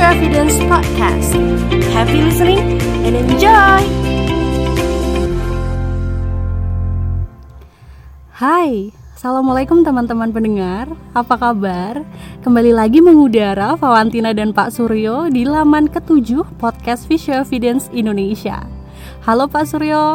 Future Evidence Podcast. Happy listening and enjoy! Hai, Assalamualaikum teman-teman pendengar. Apa kabar? Kembali lagi mengudara Valentina dan Pak Suryo di laman ke-7 Podcast Future Evidence Indonesia. Halo Pak Suryo.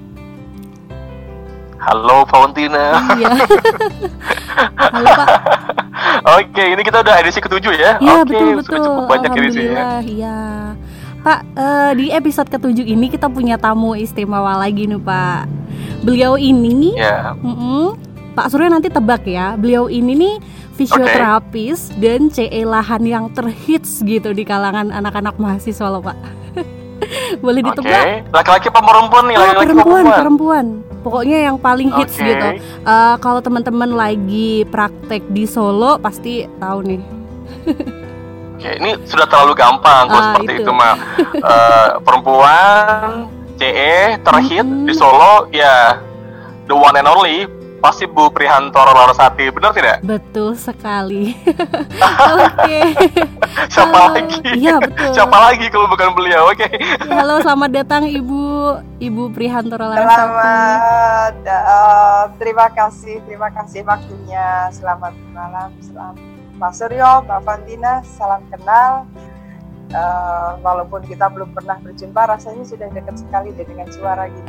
Halo Valentina. Iya. Halo Pak. Oke, ini kita udah edisi ke-7 ya? Iya, Oke, betul-betul. sudah cukup banyak edisinya. Iya. Pak, di episode ke-7 ini kita punya tamu istimewa lagi nih Pak. Beliau ini Pak Surya nanti tebak ya. Beliau ini nih fisioterapis dan CE lahan yang terhits gitu di kalangan anak-anak mahasiswa loh Pak. Boleh ditebak? Oke, laki-laki apa perempuan nih? Laki-laki perempuan. Pokoknya yang paling hits gitu. Kalau teman-teman lagi praktek di Solo pasti tahu nih. Oke, ini sudah terlalu gampang kalau seperti itu mah. Perempuan, CE, terhit di Solo, ya the one and only pasti Bu Prihantoro Larasati, benar tidak? Betul sekali. Oke. Siapa lagi? Iya betul. Siapa lagi kalau bukan beliau? Oke. Halo, selamat datang Ibu Prihantoro Larasati. Selamat, terima kasih waktunya. Selamat malam, selamat Pak Suryo, Mbak Valentina, salam kenal. Walaupun kita belum pernah berjumpa, rasanya sudah dekat sekali dengan suara gitu.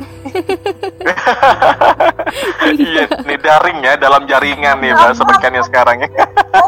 Iya, ini daring ya, dalam jaringan nih bahasa bekannya sekarang ya.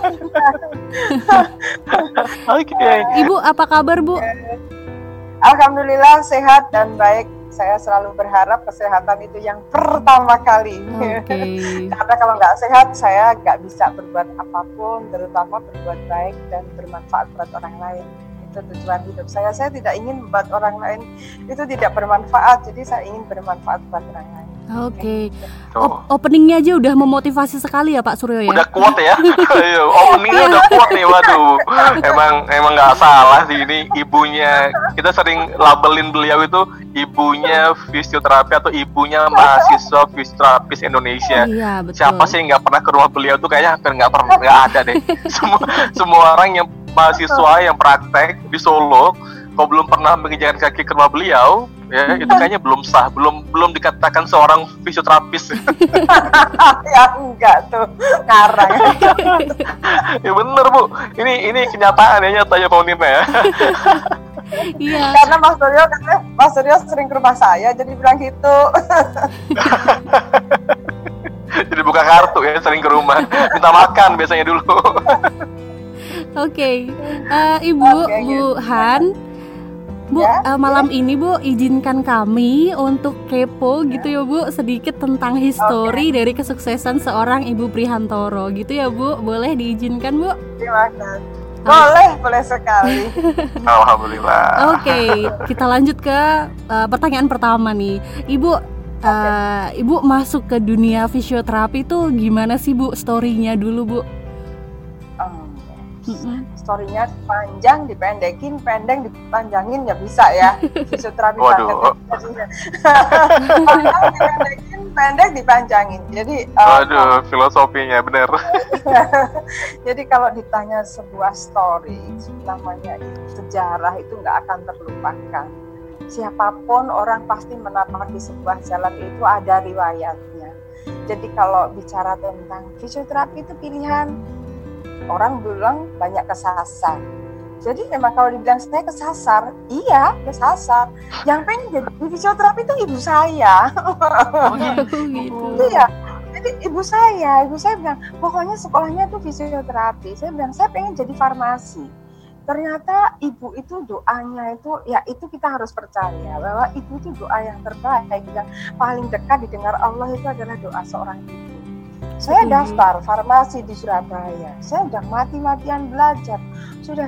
Oke. Ibu, apa kabar Bu? Alhamdulillah sehat dan baik. Saya selalu berharap kesehatan itu yang pertama kali. Karena kalau nggak sehat, saya nggak bisa berbuat apapun, terutama berbuat baik dan bermanfaat buat orang lain. Itu tujuan hidup saya. Saya tidak ingin membuat orang lain itu tidak bermanfaat, jadi saya ingin bermanfaat buat orang lain. Oke. Openingnya aja udah memotivasi sekali ya Pak Suryo ya. Udah kuat ya. Openingnya udah kuat nih, waduh. Emang nggak salah sih ini ibunya. Kita sering labelin beliau itu ibunya fisioterapi atau ibunya mahasiswa fisioterapis Indonesia. Iya, betul. Siapa sih yang nggak pernah ke rumah beliau tuh kayaknya hampir nggak ada deh. semua orang yang mahasiswa yang praktek di Solo, kalau belum pernah menginjakan kaki ke rumah beliau, ya itu kayaknya belum sah, belum dikatakan seorang fisioterapis. Ya enggak tuh, ngarang. Ya bener Bu, ini kenyataan ya, nyatanya Paulina ya. Iya. Karena Mas Suryo sering ke rumah saya, jadi bilang gitu. Jadi buka kartu ya, sering ke rumah, minta makan biasanya dulu. Oke. Ibu, Bu Han, Bu, malam ini Bu izinkan kami untuk kepo gitu ya Bu, sedikit tentang histori dari kesuksesan seorang Ibu Prihantoro gitu ya Bu. Boleh diizinkan Bu? Terima kasih. Boleh sekali. Alhamdulillah. Oke, kita lanjut ke pertanyaan pertama nih. Ibu masuk ke dunia fisioterapi itu gimana sih Bu? Story-nya dulu Bu. Story-nya panjang dipendekin, pendek dipanjangin ya bisa ya. Fisioterapi banget. Panjang dipendekin, pendek dipanjangin. Jadi filosofinya benar. Jadi kalau ditanya sebuah story, namanya sejarah itu nggak akan terlupakan. Siapapun orang pasti menapaki sebuah jalan itu ada riwayatnya. Jadi kalau bicara tentang fisioterapi itu pilihan. Orang bilang banyak kesasar. Jadi memang kalau dibilang saya kesasar, iya kesasar. Yang pengen jadi fisioterapi itu ibu saya. Gitu. Iya. Jadi ibu saya bilang, pokoknya sekolahnya itu fisioterapi. Saya bilang saya pengen jadi farmasi. Ternyata ibu itu doanya itu, ya itu kita harus percaya bahwa ibu itu doa yang terbaik, yang paling dekat didengar Allah itu adalah doa seorang ibu. Saya daftar farmasi di Surabaya. Saya udah mati-matian belajar. Sudah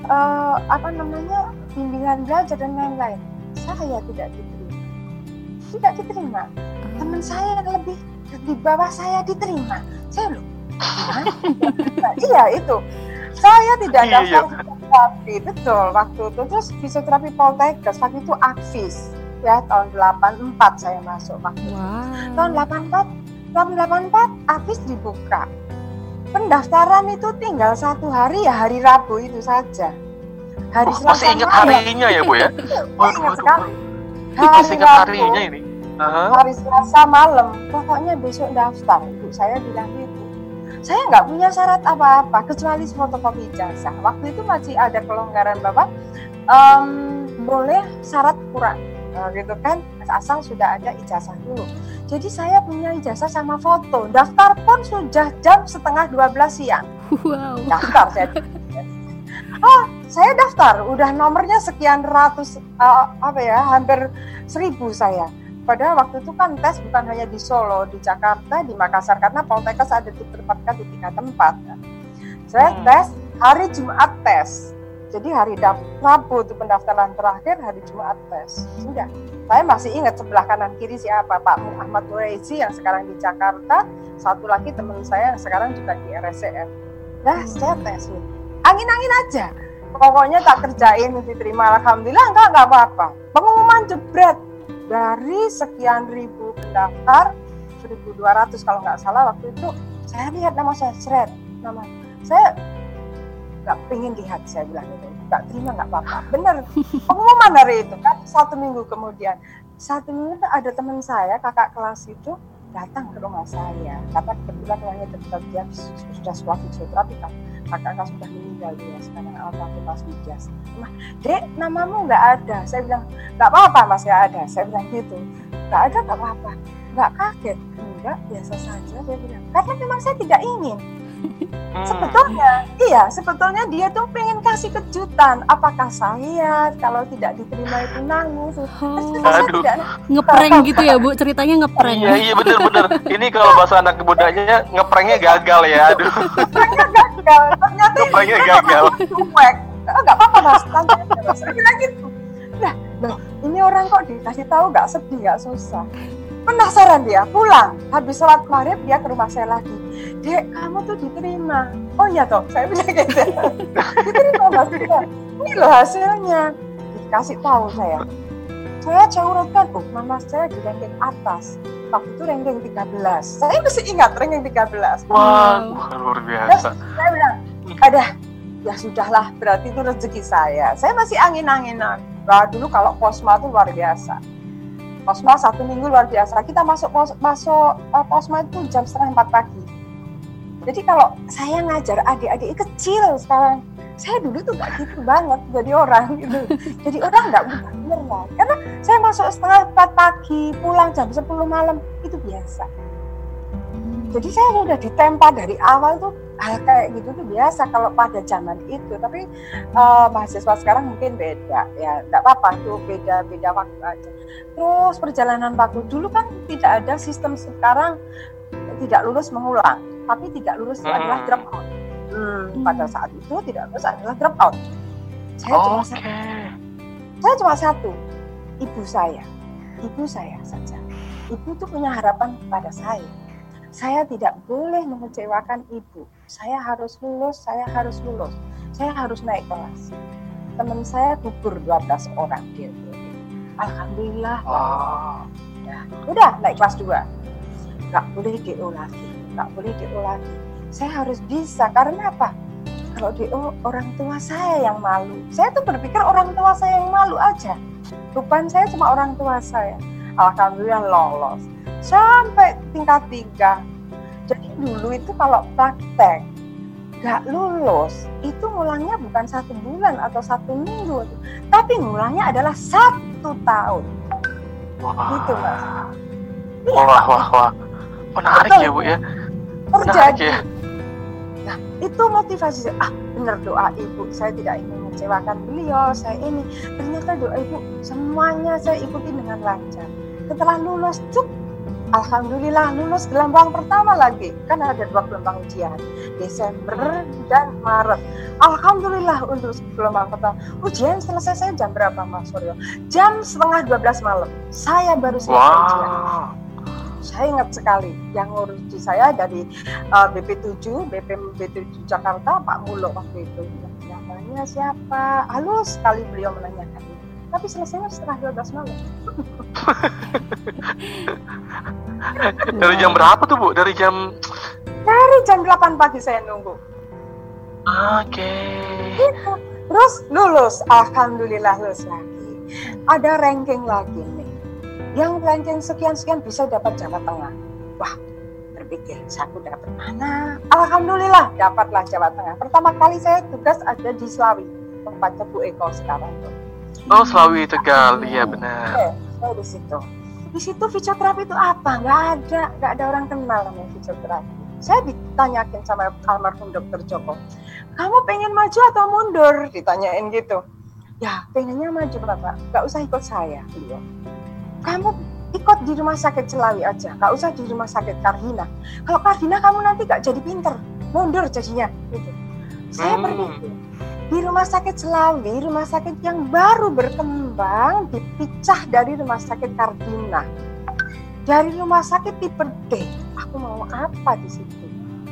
bimbingan belajar dan lain-lain. Saya tidak diterima. Teman saya yang lebih di bawah saya diterima. Saya loh. Iya itu. Saya tidak daftar fisioterapi, betul waktu itu. Terus fisioterapi Poltekkes waktu itu Akvis. Ya tahun 84 saya masuk waktu itu. Tahun 84 Akvis dibuka. Pendaftaran itu tinggal 1 hari, ya hari Rabu itu saja. Hari Selasa masih ingat harinya ya Bu ya? Ingat sekali. Masih ingat harinya ini. Hari Selasa malam, pokoknya besok daftar. Ibu saya bilang gitu. Saya nggak punya syarat apa-apa kecuali fotokopi ijazah. Waktu itu masih ada kelonggaran Bapak, boleh syarat kurang, gitu kan? Asal sudah ada ijazah dulu. Jadi saya punya ijazah sama foto. Daftar pun sudah jam 11:30 siang. Wow. Daftar saya. Saya daftar, udah nomornya sekian ratus, hampir 1.000 saya. Padahal waktu itu kan tes bukan hanya di Solo, di Jakarta, di Makassar, karena Poltekkes ada ditempatkan di 3 tempat. Saya tes hari Jumat tes. Jadi hari Rabu itu pendaftaran terakhir, hari Jumat tes. Sudah. Saya masih ingat sebelah kanan kiri siapa, Pak Ahmad Nurezi yang sekarang di Jakarta, satu lagi teman saya yang sekarang juga di RSCM. Nah, saya tes nih. Angin-angin aja. Pokoknya tak kerjain, diterima. Alhamdulillah enggak apa-apa. Pengumuman jebret. Dari sekian ribu pendaftar, 1.200 kalau nggak salah waktu itu, saya lihat nama saya, nama saya nggak pengen lihat, saya bilang gitu, nggak terima nggak apa-apa, bener. Pengumuman hari itu kan 1 minggu kemudian, 1 minggu ada teman saya, kakak kelas itu datang ke rumah saya, kata kebetulan rumahnya dekat, dia sudah sekolah fisioterapi kan, kakak sudah meninggal dia sekarang almarhum Mas Wijas. Dek, namamu nggak ada. Saya bilang nggak apa-apa Mas, nggak ada. Saya bilang gitu, nggak ada nggak apa-apa. Nggak kaget, enggak, biasa saja. Saya bilang karena memang saya tidak ingin. Sebetulnya dia tuh pengen kasih kejutan. Apakah saya kalau tidak diterima itu nangis? Aduh, ngeprank gitu ya Bu, ceritanya ngeprank. Iya benar. Ini kalau bahasa anak mudanya ngepranknya gagal ya. Aduh. Ngepranknya gagal. Ternyata ngepranknya gagal. Nggak apa-apa Mas, santai aja Mas. Saya bilang gitu. Nah, ini orang kok dikasih tahu nggak sedih, nggak susah. Penasaran dia, pulang. Habis sholat maghrib dia ke rumah saya lagi. Dek, kamu tuh diterima. Oh iya toh, saya bilang gitu. Diterima Mas. Ini loh hasilnya. Dikasih tahu saya. Saya urutkan, nama saya di ranking atas. Waktu itu ranking 13. Saya masih ingat ranking 13. Wah, luar biasa. Terus saya bilang, ya sudahlah, berarti itu rezeki saya. Saya masih angin-anginan. Nah, dulu kalau posma itu luar biasa. Posma 1 minggu luar biasa. Kita masuk posma itu jam 3:30 pagi. Jadi kalau saya ngajar adik-adik kecil sekarang, saya dulu tuh gak gitu banget jadi orang gitu. Jadi orang gak mudah beneran. Karena saya masuk 3:30 pagi, pulang jam 10 malam, itu biasa. Jadi saya sudah ditempa dari awal tuh hal kayak gitu tuh biasa kalau pada zaman itu. Tapi mahasiswa sekarang mungkin beda ya, enggak apa-apa tuh, beda waktu aja. Terus perjalanan waktu dulu kan tidak ada sistem sekarang tidak lulus mengulang, tapi tidak lulus itu adalah drop out. Pada saat itu tidak lulus adalah drop out. Saya cuma satu, ibu saya saja. Ibu tuh punya harapan kepada saya. Saya tidak boleh mengecewakan ibu. Saya harus lulus. Saya harus naik kelas. Teman saya gugur 12 orang dia. Alhamdulillah. Ya, udah naik kelas 2. Nggak boleh DO lagi. Saya harus bisa, karena apa? Kalau DO orang tua saya yang malu. Saya tuh berpikir orang tua saya yang malu aja. Beban saya cuma orang tua saya. Alhamdulillah lolos sampai tingkat 3. Jadi dulu itu kalau praktek nggak lulus, itu ngulangnya bukan 1 bulan atau 1 minggu, tapi ngulangnya adalah 1 tahun. Gitu Mas. Wah. Menarik ya Bu ya. Terjadi. Nah, itu motivasi saya. Benar doa ibu, saya tidak ingin mengecewakan beliau, saya ini. Ternyata doa ibu semuanya saya ikuti dengan lancar. Setelah lulus, alhamdulillah lulus gelombang pertama lagi. Kan ada 2 gelombang ujian, Desember dan Maret. Alhamdulillah untuk gelombang pertama. Ujian selesai saya jam berapa Mas Suryo? Jam 11:30 malam. Saya baru selesai ujian. Saya ingat sekali, yang ngurus di saya dari BP7 Jakarta, Pak Mulo waktu itu. Namanya siapa? Halus sekali beliau menanyakan. Tapi selesainya setelah 12 malam. Dari jam berapa tuh Bu? Dari jam 8 pagi saya nunggu. Oke. Gitu. Terus lulus, alhamdulillah lulus lagi. Ada ranking lagi nih. Yang ranking sekian-sekian bisa dapat Jawa Tengah. Wah, berpikir, saya dapat mana? Alhamdulillah dapatlah Jawa Tengah. Pertama kali saya tugas ada di Slawi, tempatnya Bu Eko sekarang tuh. Oh, Slawi Tegal, iya benar. Saya di situ. Di situ fisioterapi itu apa? Nggak ada orang kenal namanya fisioterapi. Saya ditanyakin sama almarhum Dr. Joko, kamu pengen maju atau mundur? Ditanyain gitu. Ya, pengennya maju Bapak, nggak usah ikut saya. Beliau, kamu ikut di rumah sakit Celawi aja, nggak usah di rumah sakit Kardina. Kalau Kardina kamu nanti nggak jadi pinter, mundur jadinya. Gitu. Saya berpikir, di rumah sakit Celawi, rumah sakit yang baru berkembang, dipecah dari rumah sakit Kardina. Dari rumah sakit tipe D, aku mau apa di situ?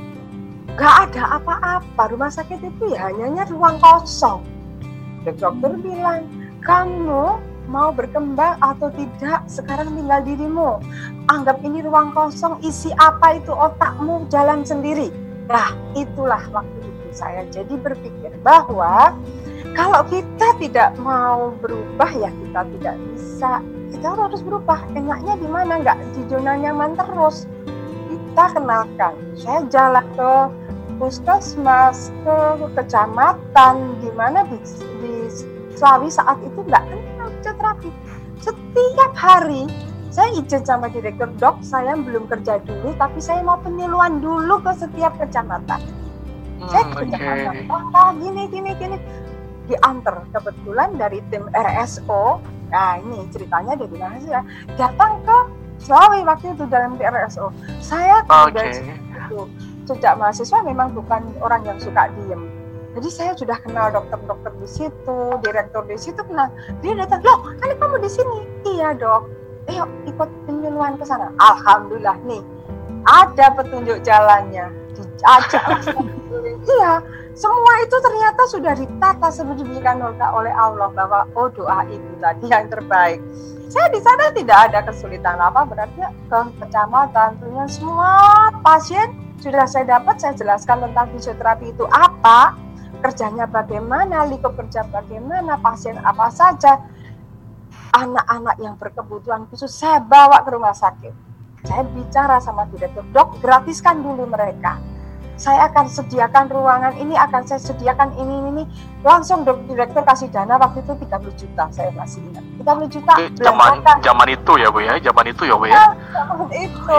Gak ada apa-apa, rumah sakit itu ya hanya ruang kosong. Dokter bilang, kamu mau berkembang atau tidak, sekarang tinggal dirimu. Anggap ini ruang kosong, isi apa itu otakmu, jalan sendiri. Nah, itulah waktu itu saya jadi berpikir bahwa kalau kita tidak mau berubah ya kita tidak bisa. Kita harus berubah. Enaknya di mana? Nggak di zona nyaman terus. Kita kenalkan. Saya jalan ke puskesmas, ke kecamatan, di mana di Slawi saat itu nggak kenal fisioterapi. Setiap hari saya izin sama direktur, dok, saya belum kerja dulu, tapi saya mau penyuluhan dulu ke setiap kecamatan. Saya ke kecamatan, gini. Diantar kebetulan dari tim RSO. Nah ini ceritanya dari mana sih ya? Datang ke Slawi waktu itu dalam RSO. Saya dari situ, sejak mahasiswa memang bukan orang yang suka diem. Jadi saya sudah kenal dokter-dokter di situ, direktur di situ kenal. Dia datang, loh, kan kamu di sini? Iya dok. Ayo ikut penyuluhan ke sana. Alhamdulillah nih, ada petunjuk jalannya. Diajak. Iya. Semua itu ternyata sudah ditata sedemikian oleh Allah bahwa doa itu tadi yang terbaik. Saya di sana tidak ada kesulitan apa, berarti ke kecamatan tentunya semua pasien sudah saya dapat, saya jelaskan tentang fisioterapi itu apa, kerjanya bagaimana, lingkup kerja bagaimana, pasien apa saja, anak-anak yang berkebutuhan khusus saya bawa ke rumah sakit. Saya bicara sama direktur, dok, gratiskan dulu mereka. Saya akan sediakan ruangan ini, akan saya sediakan ini. Langsung direktur kasih dana waktu itu 30 juta, saya masih ingat. 30 juta. Zaman itu ya Bu ya? Zaman itu. Zaman itu,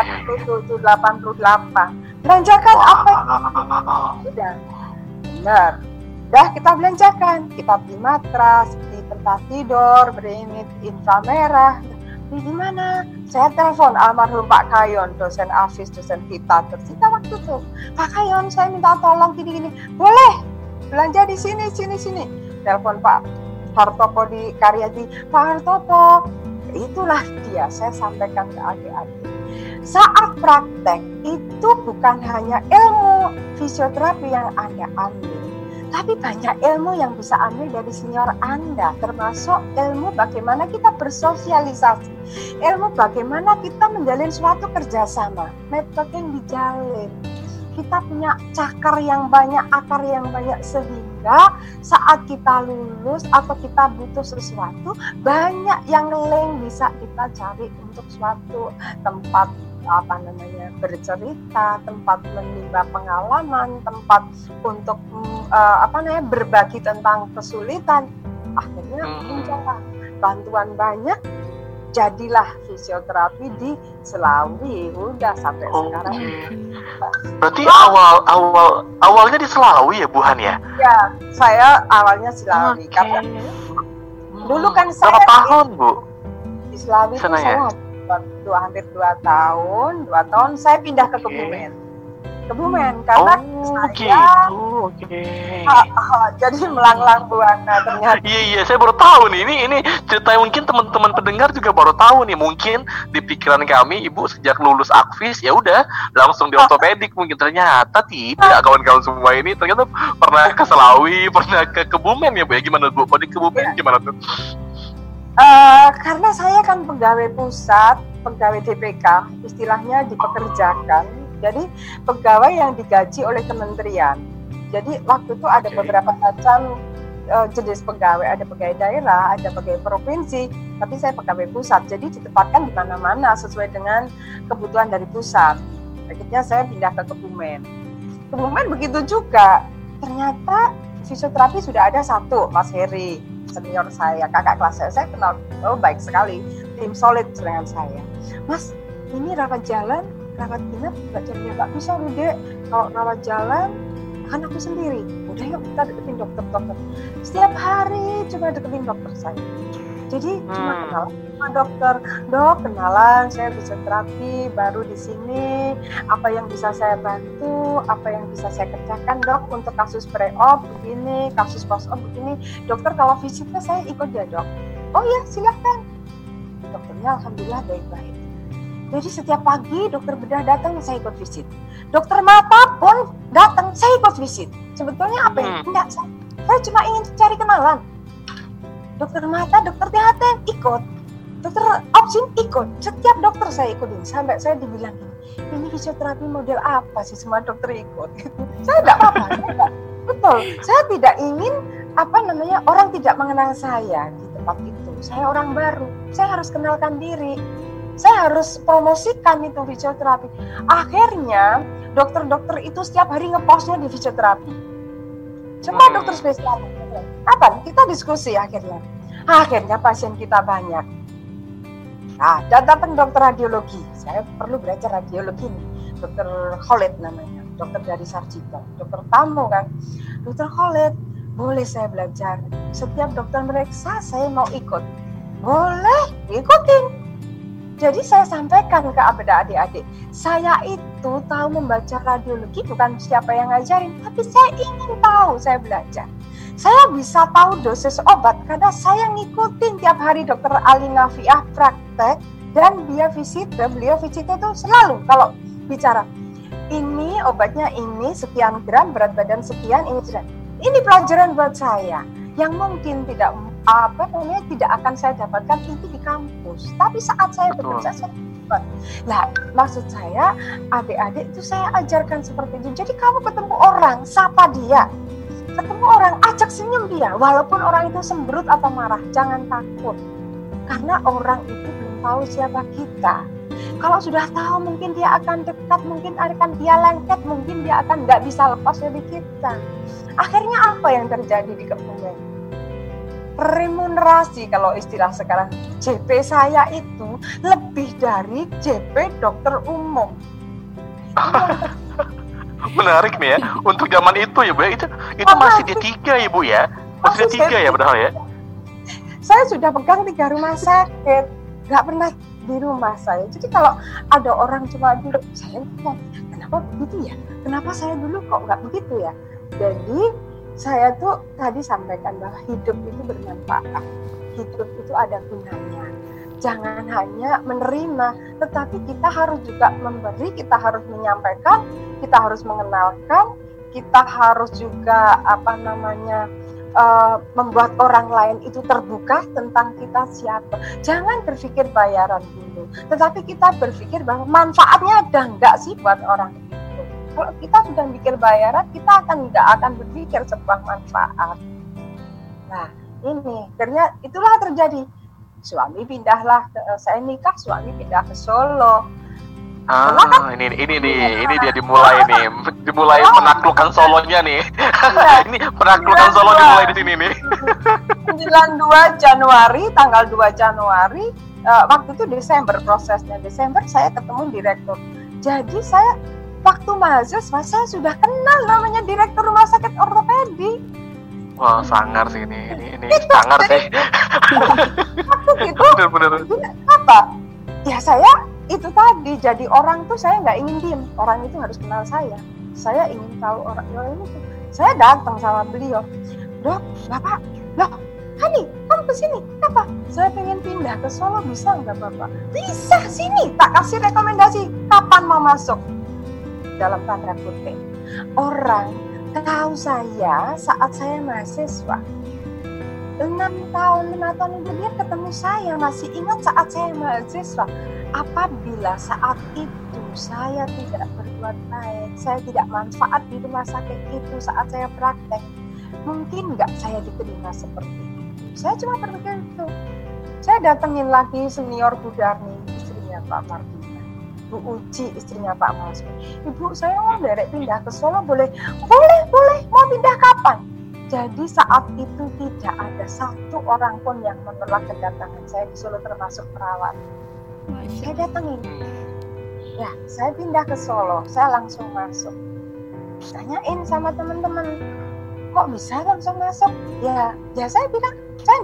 88. Belanjakan apa? Sudah. Benar. Udah kita belanjakan. Kita beli matras, beli tempat tidur, beli ini inframerah. Di mana? Saya telepon almarhum Pak Kayon, dosen AFIS, dosen kita waktu itu. Pak Kayon, saya minta tolong gini. Boleh, belanja di sini. Telepon Pak Hartopo di Karyadi. Pak Hartopo, itulah dia, saya sampaikan ke adik-adik. Saat praktek, itu bukan hanya ilmu fisioterapi yang Anda ambil, tapi banyak ilmu yang bisa ambil dari senior Anda, termasuk ilmu bagaimana kita bersosialisasi, ilmu bagaimana kita menjalin suatu kerjasama, networking dijalin. Kita punya cakar yang banyak, akar yang banyak, sehingga saat kita lulus atau kita butuh sesuatu, banyak yang link bisa kita cari untuk suatu tempat bercerita, tempat menimba pengalaman, tempat untuk berbagi tentang kesulitan. Akhirnya muncullah bantuan banyak, jadilah fisioterapi di Selawi. Udah sampai sekarang. Berarti awalnya di Selawi ya Bu Han ya? Ya, saya awalnya Selawi. Karena dulu kan saya berapa tahun Bu? Di Selawi itu saya hampir 2 tahun saya pindah ke Kebumen karena saya jadi melanglang buana ternyata. Iya saya baru tahu nih, ini cerita yang mungkin teman-teman pendengar juga baru tahu nih. Mungkin di pikiran kami Ibu sejak lulus AFIS ya udah langsung di ortopedik, mungkin ternyata tidak. Kawan-kawan semua ini ternyata pernah ke Selawi, pernah ke Kebumen ya Bu ya. Gimana Bu? Kalau di Kebumen gimana tuh? Karena saya kan pegawai pusat, pegawai DPK, istilahnya dipekerjakan. Jadi pegawai yang digaji oleh kementerian. Jadi waktu itu ada beberapa macam jenis pegawai, ada pegawai daerah, ada pegawai provinsi, tapi saya pegawai pusat, jadi ditempatkan di mana-mana sesuai dengan kebutuhan dari pusat. Akhirnya saya pindah ke Kebumen. Kebumen begitu juga, ternyata fisioterapi sudah ada satu, Mas Heri, senior saya, kakak kelas saya kenal baik sekali, tim solid dengan saya. Mas, ini rawat jalan, rawat inap, nggak bisa Dek, kalau rawat jalan kan aku sendiri. Udah yuk kita deketin dokter. Setiap hari coba deketin dokter saya. Jadi cuma kenalan sama dokter. Dok, kenalan saya fisioterapi baru di sini. Apa yang bisa saya bantu? Apa yang bisa saya kerjakan, Dok? Untuk kasus pre-op begini, kasus post-op begini. Dokter kalau visitnya saya ikut ya, Dok. Oh iya, silakan. Dokternya alhamdulillah baik-baik. Jadi setiap pagi dokter bedah datang, saya ikut visit. Dokter mata pun datang, saya ikut visit. Sebetulnya apa ya? Enggak, saya cuma ingin cari kenalan. Dokter mata, dokter THT ikut. Dokter opsin ikut. Setiap dokter saya ikutin. Sampai saya dibilang ini fisioterapi model apa sih semua dokter ikut? Saya enggak apa-apa. Betul. Saya tidak ingin orang tidak mengenal saya di tempat itu. Saya orang baru. Saya harus kenalkan diri. Saya harus promosikan itu fisioterapi. Akhirnya dokter-dokter itu setiap hari ngepostnya di fisioterapi. Semua dokter spesialis. Apa? Kita diskusi akhirnya. Akhirnya pasien kita banyak. Nah, datang dokter radiologi. Saya perlu belajar radiologi nih. Dokter Khalid namanya. Dokter dari Sarjito. Dokter tamu kan. Dokter Khalid, boleh saya belajar. Setiap dokter meriksa, saya mau ikut. Boleh, ikutin. Jadi saya sampaikan ke adik-adik, saya itu tahu membaca radiologi bukan siapa yang ngajarin, tapi saya ingin tahu, saya belajar. Saya bisa tahu dosis obat karena saya ngikutin tiap hari dokter Ali Nafiah praktek dan beliau visitnya itu selalu kalau bicara, ini obatnya ini sekian gram, berat badan sekian, ini sudah. Ini pelajaran buat saya yang mungkin tidak akan saya dapatkan itu di kampus. Tapi saat saya bekerja saya dapat. Nah, maksud saya adik-adik itu saya ajarkan seperti itu. Jadi kamu ketemu orang, sapa dia. Ketemu orang, ajak senyum dia. Walaupun orang itu sembrut atau marah, jangan takut. Karena orang itu belum tahu siapa kita. Kalau sudah tahu mungkin dia akan dekat, mungkin akan dia lengket, mungkin dia akan nggak bisa lepas dari kita. Akhirnya apa yang terjadi di Kebumen? Remunerasi kalau istilah sekarang, JP saya itu lebih dari JP dokter umum. Menarik nih ya, untuk zaman itu ya Bu, itu masih D3 ya Bu ya? Masih D3 ya padahal ya? Saya sudah pegang 3 rumah sakit, nggak pernah di rumah saya. Jadi kalau ada orang cuma dulu, saya bilang, kenapa begitu ya? Kenapa saya dulu kok nggak begitu ya? Jadi saya tuh tadi sampaikan bahwa hidup itu bermanfaat, hidup itu ada gunanya. Jangan hanya menerima, tetapi kita harus juga memberi, kita harus menyampaikan, kita harus mengenalkan, kita harus juga membuat orang lain itu terbuka tentang kita siapa. Jangan berpikir bayaran dulu, tetapi kita berpikir bahwa manfaatnya ada enggak sih buat orang itu. Kalau kita sudah mikir bayaran, kita tidak akan berpikir sebuah manfaat. Nah, ini akhirnya itulah terjadi. Suami pindahlah, saya nikah, suami pindah ke Solo. Ini dia dimulai penaklukan Solonya nih. Ini penaklukan Solo dimulai di sini nih. 92 Januari, tanggal 2 Januari, waktu itu Desember prosesnya. Desember saya ketemu direktur. Jadi saya waktu mahasiswa saya sudah kenal namanya direktur rumah sakit ortopedi. Wah, sangar sih ini sangar sih. Waktu itu bener. apa? Ya saya itu tadi jadi orang tuh saya nggak ingin diem. Orang itu harus kenal saya. Saya ingin tahu orang ini. Saya datang sama beliau. Dok, Bapak, loh, Hani, kamu kesini. Apa? Saya pengen pindah ke Solo, bisa nggak Bapak? Bisa, sini. Tak kasih rekomendasi. Kapan mau masuk? Dalam tanda kutip, orang tahu saya saat saya mahasiswa 5 tahun itu dia ketemu saya, masih ingat saat saya mahasiswa. Apabila saat itu saya tidak berbuat baik, saya tidak manfaat di rumah sakit itu saat saya praktek, mungkin nggak saya diterima seperti itu. Saya cuma berpikir itu. Saya datengin lagi senior Bu Darni, istrinya Pak Mardina, Bu Uci, istrinya Pak Mas. Ibu, saya mau derek pindah ke Solo, boleh, mau pindah kapan? Jadi saat itu tidak ada satu orang pun yang menolak kedatangan saya di Solo, termasuk perawat. Saya datengin. Ya, saya pindah ke Solo, saya langsung masuk. Tanyain sama teman-teman, kok bisa langsung masuk? Ya saya bilang,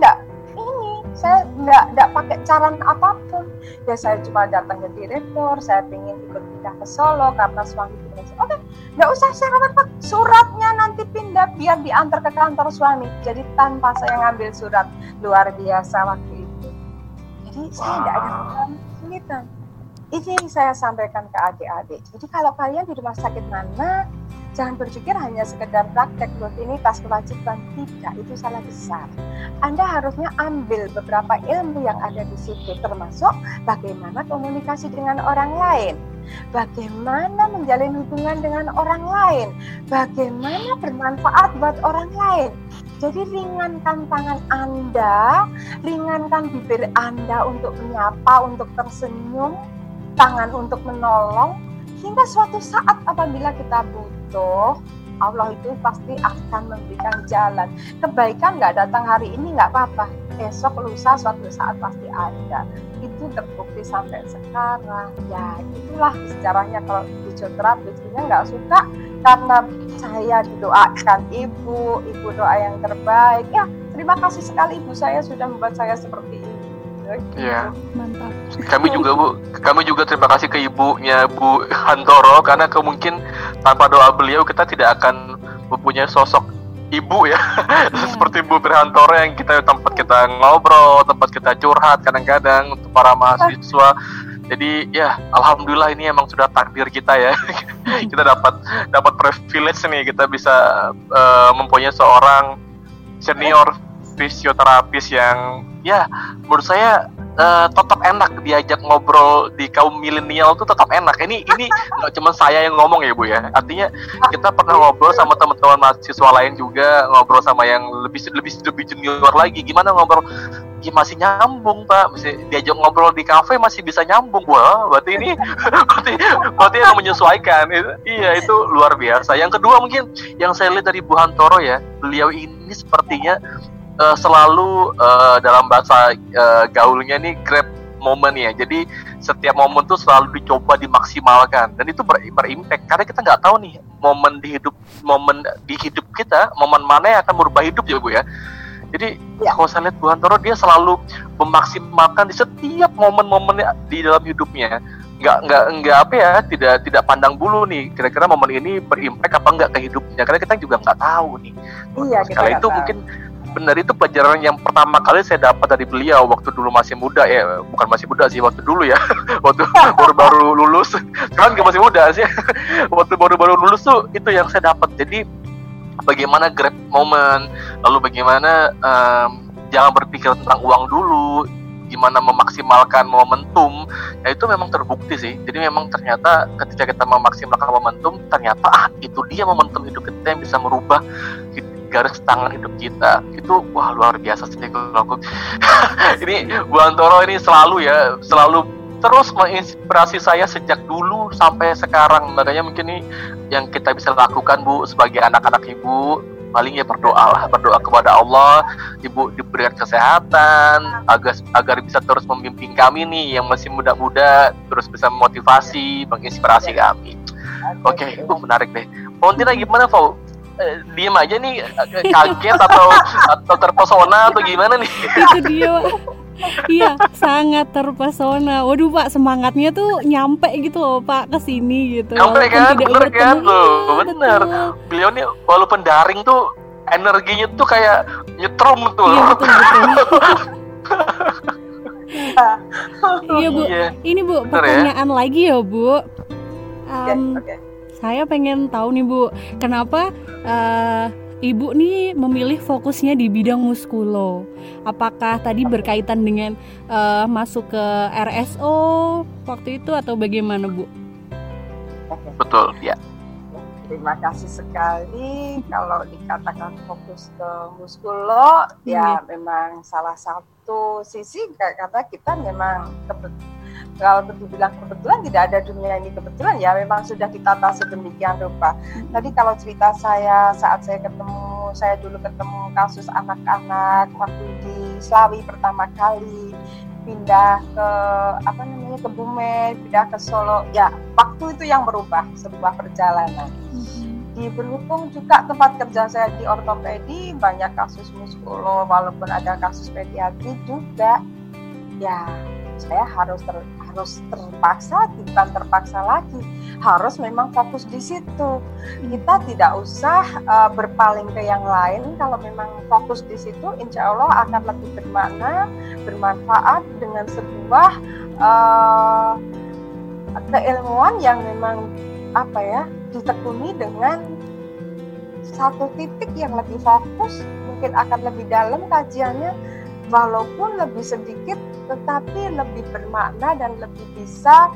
saya enggak pakai cara apapun. Ya saya cuma datang ke direktur, saya ingin ikut pindah ke Solo karena suami bilang, oke, enggak usah syarat apa, suratnya nanti pindah biar diantar ke kantor suami. Jadi tanpa saya ngambil surat, luar biasa waktu itu. Jadi saya enggak ada kesulitan. Ini yang saya sampaikan ke adik-adik. Jadi kalau kalian di rumah sakit mana, jangan berpikir hanya sekedar praktek rutinitas kewajiban, tidak, itu salah besar. Anda harusnya ambil beberapa ilmu yang ada di situ, termasuk bagaimana komunikasi dengan orang lain, bagaimana menjalin hubungan dengan orang lain, bagaimana bermanfaat buat orang lain. Jadi ringankan tangan Anda, ringankan bibir Anda untuk menyapa, untuk tersenyum, tangan untuk menolong, hingga suatu saat apabila kita butuh, Allah itu pasti akan memberikan jalan. Kebaikan nggak datang hari ini nggak apa-apa, esok lusa suatu saat pasti ada. Itu terbukti sampai sekarang. Ya itulah sejarahnya. Kalau fisioterapi istrinya nggak suka karena saya didoakan ibu doa yang terbaik. Ya terima kasih sekali ibu saya sudah membuat saya seperti ini. Iya. Mantap. Kami juga terima kasih ke ibunya Bu Hantoro, karena mungkin tanpa doa beliau kita tidak akan mempunyai sosok ibu ya. Seperti Bu Hantoro yang tempat kita ngobrol, tempat kita curhat kadang-kadang untuk para mahasiswa. Jadi ya alhamdulillah ini emang sudah takdir kita ya. Kita dapat privilege nih, kita bisa mempunyai seorang senior fisioterapis yang ya menurut saya tetap enak diajak ngobrol di kaum milenial tuh tetap enak. Ini nggak cuma saya yang ngomong ya Bu ya. Artinya kita pernah ngobrol sama teman-teman mahasiswa lain juga, ngobrol sama yang lebih junior lagi. Gimana ngobrol? Ya masih nyambung Pak. Masih diajak ngobrol di kafe masih bisa nyambung. Wah, berarti ini berarti yang menyesuaikan. Iya itu luar biasa. Yang kedua mungkin yang saya lihat dari Bu Hantoro ya, beliau ini sepertinya selalu dalam bahasa gaulnya nih grab moment ya. Jadi setiap momen tuh selalu dicoba dimaksimalkan, dan itu berimpact karena kita nggak tahu nih momen di hidup kita, momen mana yang akan merubah hidup ya Bu ya. Jadi kalau saya lihat Bu Hantoro, dia selalu memaksimalkan di setiap momen-momen di dalam hidupnya. Nggak apa ya, tidak pandang bulu nih kira-kira momen ini berimpact apa enggak ke hidupnya, karena kita juga nggak tahu nih. Iya, sekali itu tahu. Mungkin benar, itu pelajaran yang pertama kali saya dapat dari beliau waktu dulu masih muda ya, bukan masih muda sih, waktu dulu ya, waktu baru lulus. Sekarang nggak masih muda sih. Waktu baru lulus tuh itu yang saya dapat. Jadi bagaimana grab moment, lalu bagaimana jangan berpikir tentang uang dulu, gimana memaksimalkan momentum. Ya itu memang terbukti sih. Jadi memang ternyata ketika kita memaksimalkan momentum, ternyata itu dia momentum hidup kita yang bisa merubah garis tangan hidup kita. Itu wah luar biasa sih kalau aku. Ini Bu Hantoro ini selalu terus menginspirasi saya sejak dulu sampai sekarang. Makanya mungkin ini yang kita bisa lakukan Bu sebagai anak-anak ibu, paling ya berdoa kepada Allah, ibu diberikan kesehatan agar bisa terus membimbing kami nih yang masih muda-muda, terus bisa memotivasi, menginspirasi kami. Oke, itu menarik deh. Pontina gimana Fau? Diem aja nih, kaget atau terpesona atau gimana nih? Itu dia. Iya, sangat terpesona. Waduh Pak, semangatnya tuh nyampe gitu loh Pak ke sini gitu. Nyampe kan, bener kan tuh, bener. Beliau nih walaupun daring tuh energinya tuh kayak nyetrum tuh. Iya betul. Iya Bu, ini Bu pertanyaan lagi ya Bu. Okay. Saya pengen tahu nih Bu, kenapa Ibu nih memilih fokusnya di bidang muskulo? Apakah tadi berkaitan dengan masuk ke RSO waktu itu atau bagaimana Bu? Betul, ya. Terima kasih sekali. Kalau dikatakan fokus ke muskulo, ya memang salah satu sisi kayak kata kita memang kalau dibilang kebetulan, tidak ada dunia ini kebetulan, ya memang sudah ditata sedemikian rupa. Tadi kalau cerita saya saat saya dulu ketemu kasus anak-anak waktu di Slawi pertama kali, pindah ke Bumen, pindah ke Solo, ya waktu itu yang berubah sebuah perjalanan. Berhubung juga tempat kerja saya di ortopedi, banyak kasus muskulo, walaupun ada kasus pediatri juga, ya saya harus terpaksa, bukan terpaksa lagi, harus memang fokus di situ. Kita tidak usah berpaling ke yang lain. Kalau memang fokus di situ, insya Allah akan lebih bermakna, bermanfaat dengan sebuah keilmuan yang memang ditekuni dengan satu titik yang lebih fokus, mungkin akan lebih dalam kajiannya, walaupun lebih sedikit, tetapi lebih bermakna dan lebih bisa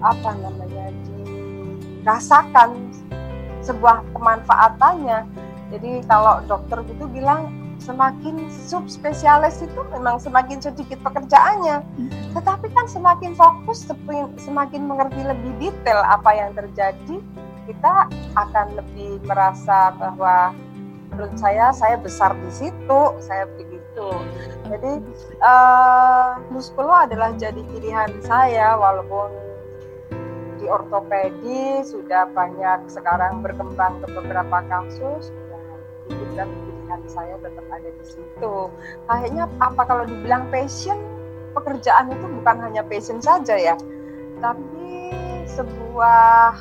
dirasakan sebuah kemanfaatannya. Jadi kalau dokter itu bilang semakin subspesialis itu memang semakin sedikit pekerjaannya, tetapi kan semakin fokus, semakin mengerti lebih detail apa yang terjadi, kita akan lebih merasa bahwa menurut saya besar di situ, saya begitu. Jadi muskulo adalah jadi pilihan saya, walaupun di ortopedi sudah banyak sekarang berkembang ke beberapa kasus, dan pilihan saya tetap ada di situ. Kayaknya kalau dibilang passion, pekerjaan itu bukan hanya passion saja ya, tapi sebuah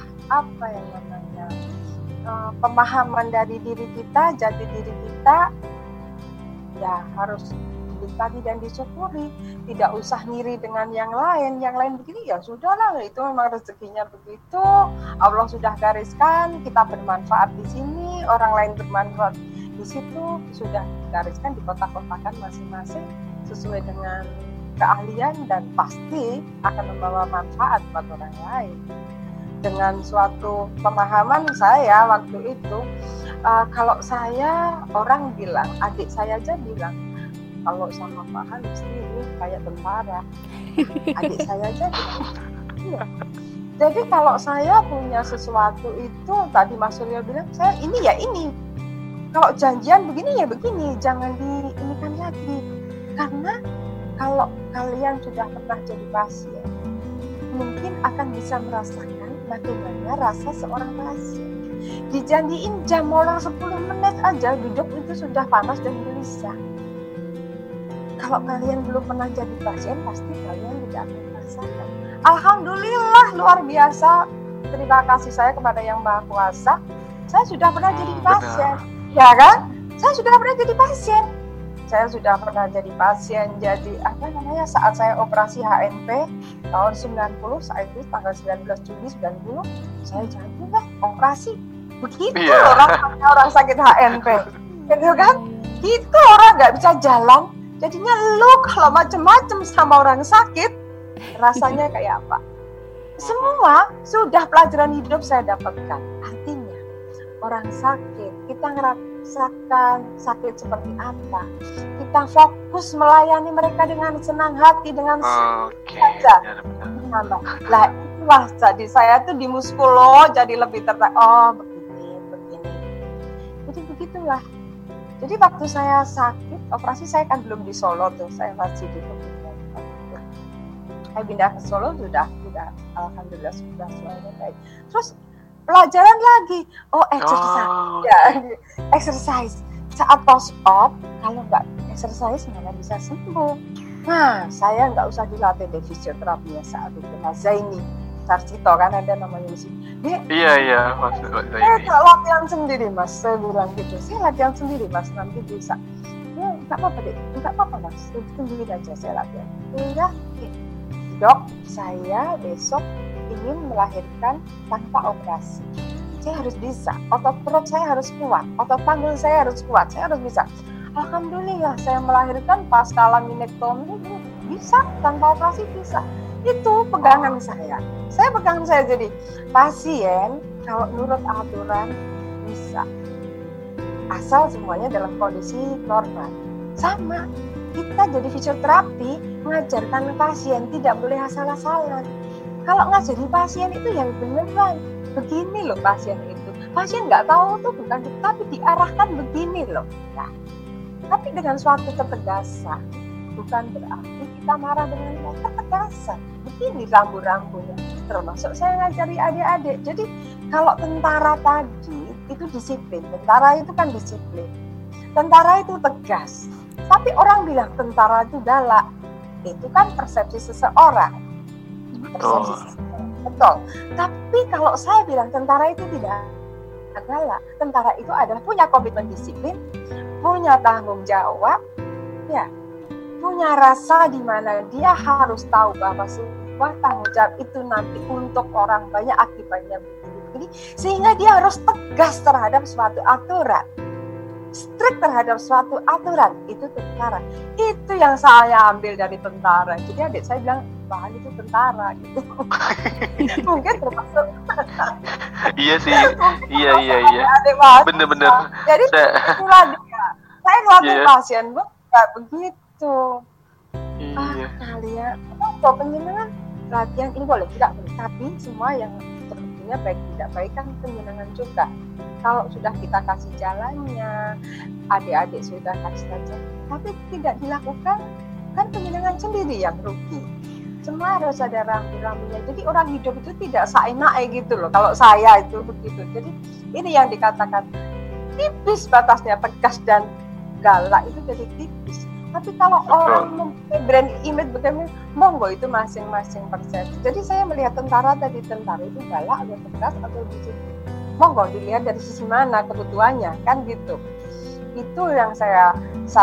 pemahaman dari diri kita, jati diri kita, ya harus dinikmati dan disyukuri. Tidak usah ngiri dengan yang lain begini, ya sudahlah, itu memang rezekinya begitu, Allah sudah gariskan, kita bermanfaat di sini, orang lain bermanfaat di situ, sudah digariskan, di kotak-kotakan masing-masing sesuai dengan keahlian, dan pasti akan membawa manfaat buat orang lain. Dengan suatu pemahaman saya waktu itu, kalau saya, orang bilang, adik saya aja bilang, kalau sama Pak Han mesti ini kayak tentara. Adik saya aja bilang, iya. Jadi kalau saya punya sesuatu itu, tadi Mas Suryo bilang, saya ini ya ini. Kalau janjian begini ya begini, jangan diinikan lagi. Karena kalau kalian sudah pernah jadi pasien, mungkin akan bisa merasakan bagaimana rasa seorang pasien. Dijanjiin jam orang 10 menit aja duduk itu sudah panas dan gelisah. Kalau kalian belum pernah jadi pasien, pasti kalian tidak akan merasakan. Alhamdulillah, luar biasa. Terima kasih saya kepada Yang Maha Kuasa. Saya sudah pernah jadi pasien. Ya kan? Saya sudah pernah jadi pasien. Saya sudah pernah jadi pasien, jadi saat saya operasi HNP tahun 90, saat itu tanggal 19 Juli 90, saya jadi operasi. Begitu orang sakit HNP, gitu kan? Gitu orang nggak bisa jalan, jadinya lu kalau macem-macem sama orang sakit, rasanya kayak apa? Semua sudah pelajaran hidup saya dapatkan. Artinya orang sakit, kita ngerasakan sakit seperti apa, kita fokus melayani mereka dengan senang hati, dengan saja. Lah itulah, jadi saya tuh di muskulo jadi lebih tertarik. Oh begini. Jadi begitulah. Jadi waktu saya sakit operasi, saya kan belum di Solo tuh, saya masih di Bumen. Saya pindah ke Solo sudah alhamdulillah sudah semuanya baik. Terus pelajaran lagi, exercise. Saat post op, kalau nggak exercise mana bisa sembuh. Nah, saya nggak usah dilatih di fisioterapinya saat itu. Mas Zaini, Sarcito kan ada namanya di sini. Iya, Mas Zaini. Latihan sendiri, Mas. Saya bilang gitu. Saya latihan sendiri, Mas. Nanti bisa. Ya, nggak apa-apa deh. Nggak apa-apa, Mas. Sendiri aja saya latihan. Iya, dok, saya besok ingin melahirkan tanpa operasi. Saya harus bisa, otot perut saya harus kuat, otot panggul saya harus kuat, saya harus bisa. Alhamdulillah saya melahirkan pasca laminektomi bisa, tanpa operasi bisa. Itu pegangan saya. Saya pegangan saya, jadi pasien Kalau nurut aturan bisa, asal semuanya dalam kondisi normal. Sama, kita jadi fisioterapi mengajarkan pasien tidak boleh asal-asalan. Kalau ngajari pasien itu yang beneran, begini loh pasien itu. Pasien nggak tahu tuh bukan, tapi diarahkan begini loh. Nah, tapi dengan suatu ketegasan, bukan berarti kita marah dengan ketegasan. Begini rambu-rambunya. Termasuk saya ngajari adik-adik. Jadi kalau tentara tadi itu disiplin. Tentara itu kan disiplin. Tentara itu tegas. Tapi orang bilang tentara itu galak. Itu kan persepsi seseorang. Betul. Tapi kalau saya bilang tentara itu tidak galak. Tentara itu adalah punya komitmen disiplin, punya tanggung jawab, ya, punya rasa di mana dia harus tahu bahwa sebuah tanggung jawab itu nanti untuk orang banyak akibatnya begini, sehingga dia harus tegas terhadap suatu aturan, strict terhadap suatu aturan. Itu tentara. Itu yang saya ambil dari tentara. Jadi adik saya bilang, bahan itu tentara gitu. Mungkin termasuk. Iya sih. Iya. Bener-bener. Jadi itulah dia. Saya ngelatih pasien, Bu, nggak begitu. Iya. Kalian, kalau penjenengan latihan ini boleh, tidak boleh. Tapi semua yang sepertinya baik tidak baik kan penjenengan juga. Kalau sudah kita kasih jalannya, adik-adik sudah kasih saja, tapi tidak dilakukan, kan penjenengan sendiri yang rugi. Semua harus ada rambu-rambunya. Jadi orang hidup itu tidak seenaknya gitu loh. Kalau saya itu begitu. Jadi ini yang dikatakan tipis batasnya, tegas dan galak itu jadi tipis. Tapi kalau orang mempunyai brand image bagaimana, monggo itu masing-masing persepsi. Jadi saya melihat tentara itu galak atau tegas atau disiplin. Monggo dilihat dari sisi mana kebutuhannya, kan gitu. Itu yang saya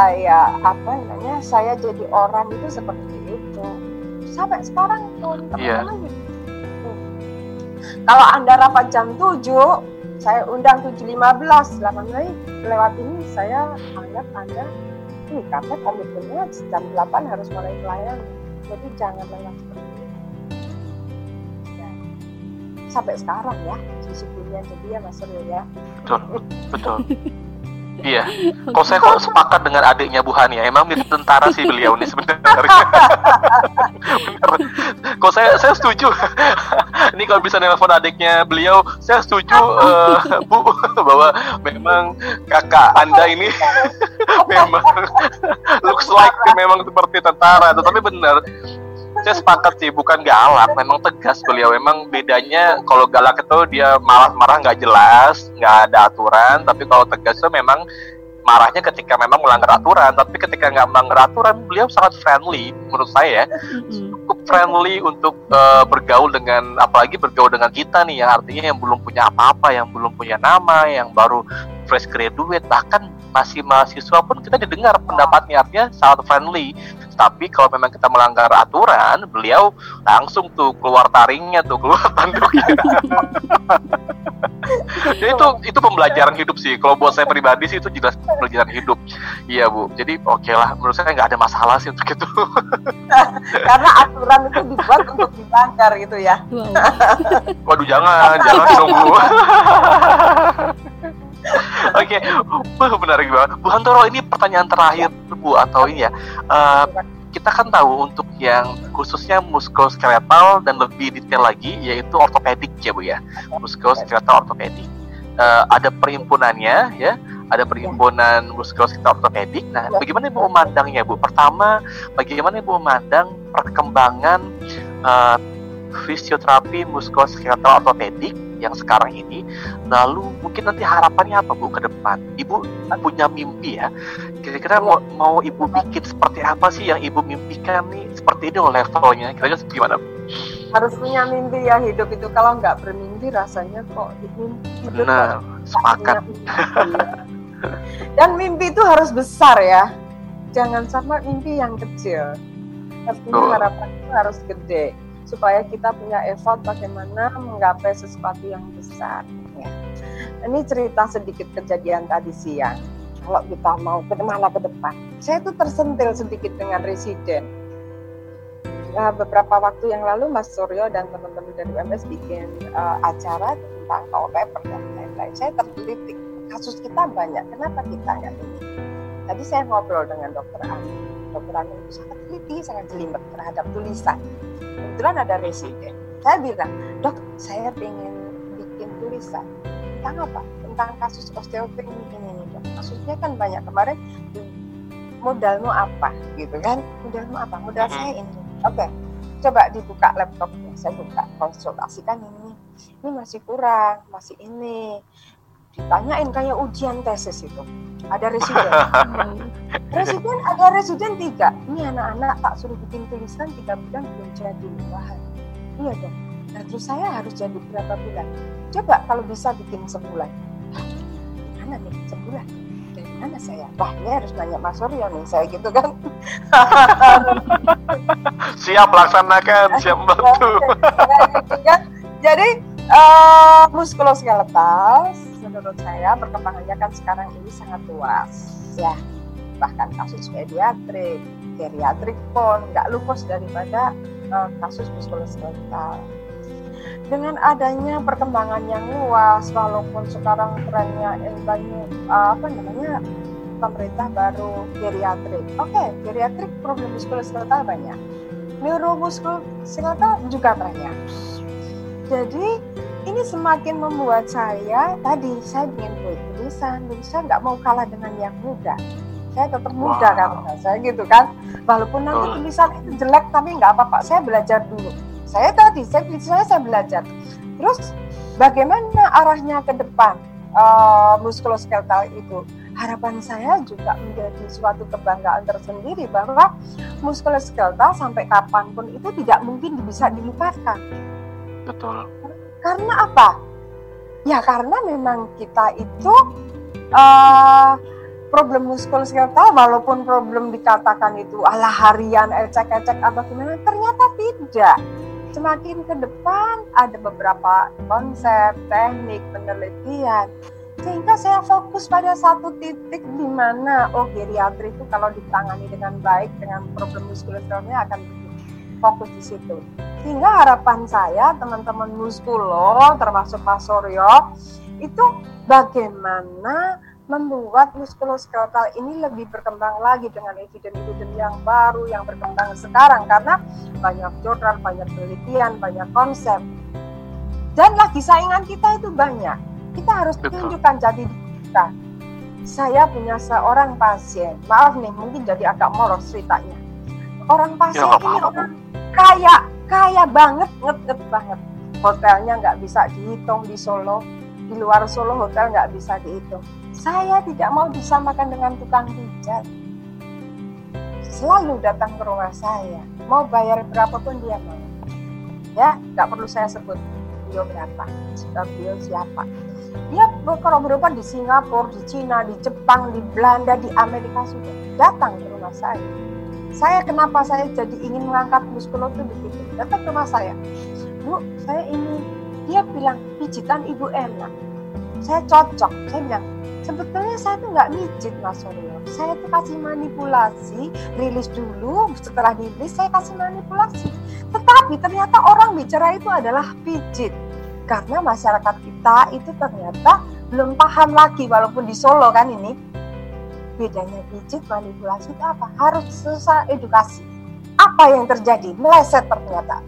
jadi orang itu seperti itu. Sampai sekarang pun teman-teman gitu. Kalau Anda rapat jam 7, saya undang 7.15, 8 menit lewat ini saya anggap Anda karena komitmennya jam 8 harus mulai pelayanan. Jadi jangan lewat seperti ini. Ya. Sampai sekarang ya, disiplinnya jadi ya Mas Suryo ya. Betul. Iya, saya sepakat dengan adiknya Bu Hani ya. Emang mirip tentara sih beliau ini sebenarnya. Bener. Saya setuju. Ini kalau bisa nelfon adiknya beliau, saya setuju Bu bahwa memang kakak Anda ini memang looks like memang seperti tentara. Tapi benar, saya sepakat sih, bukan galak, memang tegas beliau. Memang bedanya kalau galak itu dia marah-marah nggak jelas, nggak ada aturan. Tapi kalau tegas itu memang marahnya ketika memang melanggar aturan. Tapi ketika nggak melanggar aturan, beliau sangat friendly menurut saya. Cukup friendly untuk bergaul dengan, apalagi bergaul dengan kita nih, yang artinya yang belum punya apa-apa, yang belum punya nama, yang baru fresh graduate, bahkan masih mahasiswa pun kita didengar pendapatnya, artinya sangat friendly. Tapi kalau memang kita melanggar aturan, beliau langsung tuh keluar taringnya tuh, keluar tanduknya. Jadi itu pembelajaran hidup sih. Kalau buat saya pribadi sih itu jelas pembelajaran hidup. Iya Bu. Jadi oke lah, menurut saya nggak ada masalah sih untuk itu. Karena aturan itu dibuat untuk dilanggar gitu ya. Waduh jangan dong Bu. Oke, menarik banget. Bu Hantoro, ini pertanyaan terakhir Bu, atau ini ya. Kita kan tahu untuk yang khususnya muskuloskeletal dan lebih detail lagi yaitu ortopedik ya Bu ya. Muskuloskeletal ortopedik. Ada perhimpunannya ya, ada perhimpunan muskuloskeletal ortopedik. Nah, bagaimana Ibu memandangnya Bu? Pertama, bagaimana Ibu memandang perkembangan fisioterapi muskuloskeletal ortopedik yang sekarang ini, lalu mungkin nanti harapannya apa Bu ke depan? Ibu punya mimpi ya, kira-kira mau Ibu bikin seperti apa sih yang Ibu mimpikan nih, seperti ini levelnya, kira-kira gimana Bu? Harus punya mimpi ya, hidup itu kalau nggak bermimpi rasanya kok hidup. Benar, sepakat. Dan mimpi itu harus besar ya, jangan sama mimpi yang kecil. Artinya harapan itu harus gede, supaya kita punya effort bagaimana menggapai sesuatu yang besar. Ya. Ini cerita sedikit kejadian tadi siang. Kalau kita mau kemana ke depan, saya tuh tersentil sedikit dengan residen. Beberapa waktu yang lalu Mas Suryo dan teman-teman dari UMS bikin acara tentang paper dan lain-lain. Saya tergelitik. Kasus kita banyak. Kenapa kita nggak ini? Tadi saya ngobrol dengan Dokter Ani. Dokter Ani itu sangat teliti, sangat jelimet terhadap tulisan. Kebetulan ada residen. Saya bilang, dok, saya pengen bikin tulisan. Tentang apa? Tentang kasus osteopenia ini, dok. Kasusnya kan banyak. Kemarin modalmu apa? Gitu kan? Modalmu apa? Modal saya ini. Oke. Coba dibuka laptopnya. Saya buka, konsultasikan ini. Ini masih kurang, masih ini. Ditanyain kayak ujian tesis itu. Ada residen. Ada residen 3. Ini anak-anak tak suruh bikin tulisan 3 bulan belum jadi. Wah, iya dong. Nah, terus saya harus jadi berapa bulan? Coba kalau bisa bikin sebulan. Gimana nih sebulan? Dari mana saya? Wah, ini harus nanya Mas Suryo nih. Saya gitu kan. Siap laksanakan, siap bantu. Jadi muskuloskeletal menurut saya perkembangannya kan sekarang ini sangat luas ya, bahkan kasus pediatrik, geriatrik pun nggak lupus daripada kasus muskuloskeletal. Dengan adanya perkembangan yang luas, walaupun sekarang trennya banyak pemerintah baru geriatrik. Oke, geriatrik problem muskuloskeletal banyak, neuromuskuloskeletal juga banyak. Jadi ini semakin membuat saya ingin buat tulisan nggak mau kalah dengan yang muda. Saya tetap muda kan, saya gitu kan. Walaupun nanti tulisan itu jelek, tapi nggak apa-apa. Saya belajar dulu. Saya belajar. Terus bagaimana arahnya ke depan muskuloskeletal itu? Harapan saya juga menjadi suatu kebanggaan tersendiri bahwa muskuloskeletal sampai kapanpun itu tidak mungkin bisa dilupakan. Betul. Karena apa? Ya karena memang kita itu problem muskuloskeletal, walaupun problem dikatakan itu ala harian, ecek-ecek apa gimana, ternyata tidak. Semakin ke depan ada beberapa konsep, teknik, penelitian, sehingga saya fokus pada satu titik di mana geriatri itu kalau ditangani dengan baik dengan problem muskuloskeletalnya akan fokus di situ. Sehingga harapan saya teman-teman muskulo termasuk Mas Suryo itu bagaimana membuat muskuloskeletal ini lebih berkembang lagi dengan evidence yang baru yang berkembang sekarang, karena banyak jurnal, banyak penelitian, banyak konsep, dan lagi saingan kita itu banyak. Kita harus tunjukkan jati kita. Saya punya seorang pasien, maaf nih mungkin jadi agak moros ceritanya. Orang pasien ini orang kaya banget, nget banget. Hotelnya nggak bisa dihitung di Solo, di luar Solo hotel nggak bisa dihitung. Saya tidak mau disamakan dengan tukang pijat. Selalu datang ke rumah saya, mau bayar berapapun dia mau. Ya, nggak perlu saya sebut beliau berapa, beliau siapa. Dia berobat di Singapura, di Cina, di Jepang, di Belanda, di Amerika sudah datang ke rumah saya. Saya kenapa saya jadi ingin mengangkat muskulo itu begitu. Datang ke rumah saya, Bu, saya ini. Dia bilang, pijitan Ibu enak. Saya cocok. Saya bilang, sebetulnya saya tuh nggak mijit Mas Suryo. Saya tuh kasih manipulasi, rilis dulu. Setelah dirilis saya kasih manipulasi. Tetapi ternyata orang bicara itu adalah pijit. Karena masyarakat kita itu ternyata belum paham lagi, walaupun di Solo kan ini. Bedanya pijit, manipulasi itu apa? Harus susah edukasi. Apa yang terjadi? Meleset ternyata.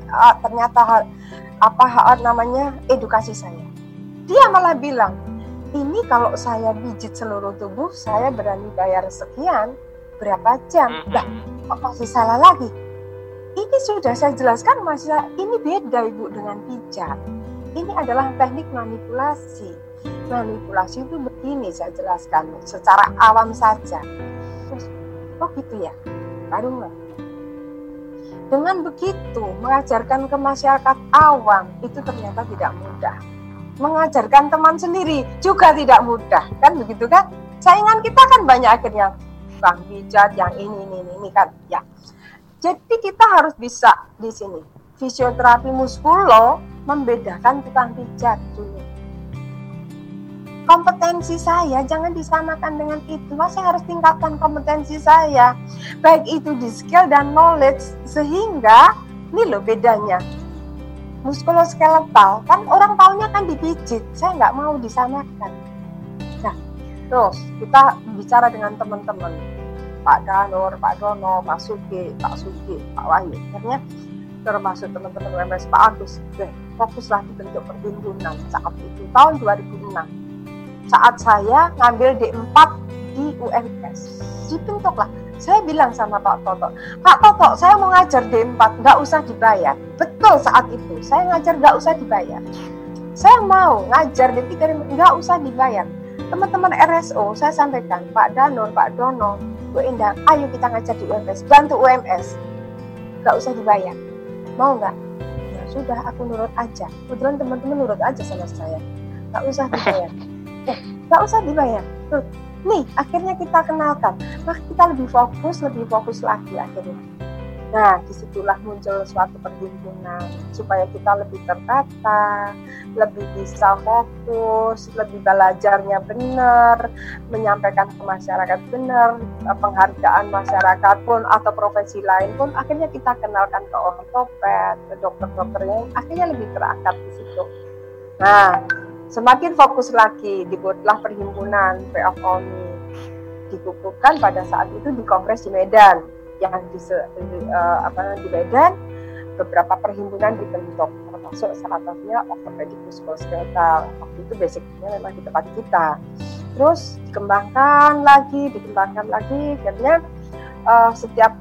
Edukasi saya. Dia malah bilang, ini kalau saya pijit seluruh tubuh, saya berani bayar sekian, berapa jam? Nah, kok masih salah lagi? Ini sudah saya jelaskan, ini beda Ibu dengan pijat. Ini adalah teknik manipulasi. Manipulasi itu begini, saya jelaskan secara awam saja. Terus, gitu ya? Baru dengan begitu, mengajarkan ke masyarakat awam itu ternyata tidak mudah. Mengajarkan teman sendiri juga tidak mudah, kan begitu kan? Saingan kita kan banyak akhirnya bang pijat yang ini kan, ya. Jadi kita harus bisa di sini. Fisioterapi muskulo membedakan tukang pijat dulu. Kompetensi saya jangan disamakan dengan itu. Saya harus tingkatkan kompetensi saya, baik itu di skill dan knowledge, sehingga ini loh bedanya. muskuloskeletal, kan orang taunya kan dipijit, saya nggak mau disamakan. Nah, terus kita bicara dengan teman-teman, Pak Danur, Pak Dono, Pak Sugi, Pak Wahyu, akhirnya termasuk teman-teman UMS Pak Agus, fokuslah dibentuk perhimpunan saat itu, tahun 2006. Saat saya ngambil D4 di UMS, dibentuklah. Saya bilang sama Pak Toto, saya mau ngajar D4, nggak usah dibayar. Betul saat itu, saya ngajar nggak usah dibayar. Saya mau ngajar D3, nggak usah dibayar. Teman-teman RSO, saya sampaikan, Pak Danur, Pak Dono, Bu Indah, ayo kita ngajar di UMS, bantu UMS, nggak usah dibayar. Mau nggak? Ya sudah, aku nurut aja. Kebetulan teman-teman nurut aja sama saya, nggak usah dibayar. Nggak usah dibayar. Tuh. Nih, akhirnya kita kenalkan. Maka kita lebih fokus lagi akhirnya. Nah, disitulah muncul suatu perhimpunan supaya kita lebih tertata, lebih bisa fokus, lebih belajarnya benar, menyampaikan ke masyarakat benar, penghargaan masyarakat pun atau profesi lain pun akhirnya kita kenalkan ke ortoped, ke dokter-dokter yang akhirnya lebih terangkat di situ. Nah, semakin fokus lagi, dibuatlah perhimpunan PFOMI, dikukuhkan pada saat itu di Kongres di Medan, yang di Medan beberapa perhimpunan dibentuk, termasuk salah satunya ortopedic musculoskeletal. Waktu itu basicnya memang di tempat kita. Terus dikembangkan lagi, akhirnya setiap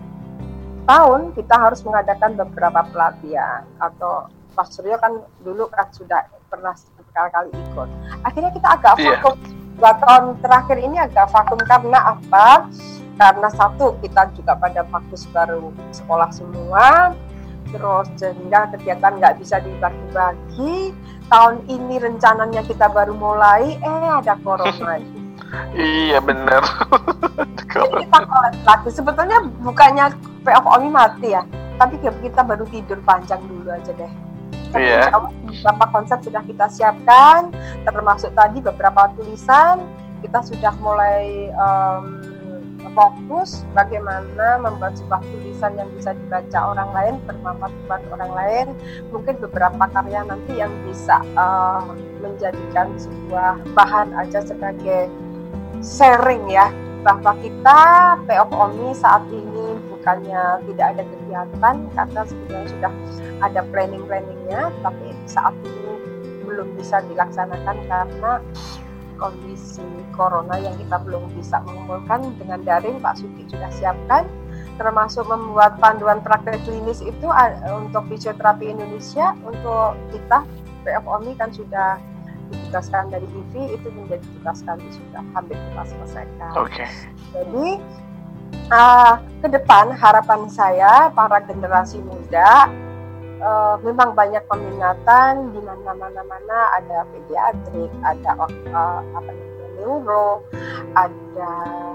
tahun kita harus mengadakan beberapa pelatihan atau Pak Suryo kan dulu kan sudah pernah berkali-kali ikut. Akhirnya kita agak vakum. 2 tahun terakhir ini agak vakum karena apa? Karena satu, kita juga pada fokus baru sekolah semua. Terus sehingga kegiatan nggak bisa dibagi-bagi. Tahun ini rencananya kita baru mulai, ada corona. Iya benar. Kita lagi. Sebetulnya bukannya PFOMI mati ya, tapi kita baru tidur panjang dulu aja deh. Iya. Beberapa konsep sudah kita siapkan, termasuk tadi beberapa tulisan. Kita sudah mulai fokus bagaimana membuat sebuah tulisan yang bisa dibaca orang lain, bermanfaat buat orang lain. Mungkin beberapa karya nanti yang bisa menjadikan sebuah bahan aja sebagai sharing ya, bahwa kita PFOMI saat ini bukannya tidak ada kegiatan, karena sebenarnya sudah ada planning-planningnya, tapi saat ini belum bisa dilaksanakan karena kondisi corona yang kita belum bisa mengumpulkan dengan daring. Pak Suki sudah siapkan, termasuk membuat panduan praktek klinis itu untuk fisioterapi Indonesia. Untuk kita PFOMI kan sudah ditugaskan dari IV, itu menjadi tugas kami sudah hampir kita selesaikan. Jadi ke depan harapan saya para generasi muda, memang banyak peminatan di mana-mana, ada pediatrik, ada neuro, ada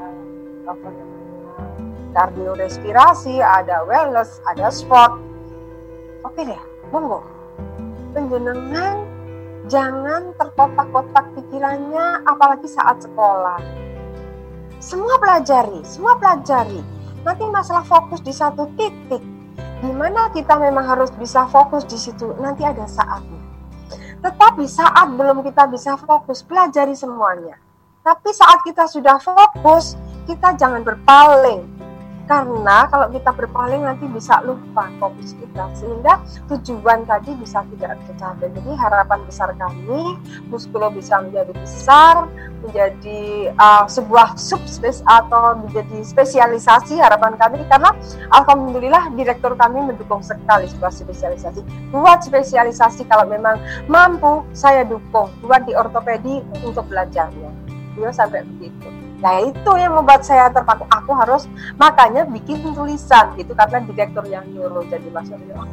kardiorespirasi, ada wellness, ada sport. Oke deh, monggo. Penjenengan jangan terkotak-kotak pikirannya, apalagi saat sekolah. Semua pelajari. Nanti masalah fokus di satu titik, di mana kita memang harus bisa fokus di situ, nanti ada saatnya. Tetapi saat belum kita bisa fokus, pelajari semuanya. Tapi saat kita sudah fokus, kita jangan berpaling. Karena kalau kita berpaling nanti bisa lupa fokus kita, sehingga tujuan tadi bisa tidak tercapai. Jadi harapan besar kami, Muskulo bisa menjadi besar, menjadi sebuah subspesies atau menjadi spesialisasi, harapan kami. Karena alhamdulillah direktur kami mendukung sekali sebuah spesialisasi. Buat spesialisasi kalau memang mampu, saya dukung. Buat di ortopedi untuk belajarnya. Dia sampai begitu. Nah itu yang membuat saya terpaku, aku harus makanya bikin tulisan gitu, karena direktur yang nyuruh. Jadi Mas Suryo.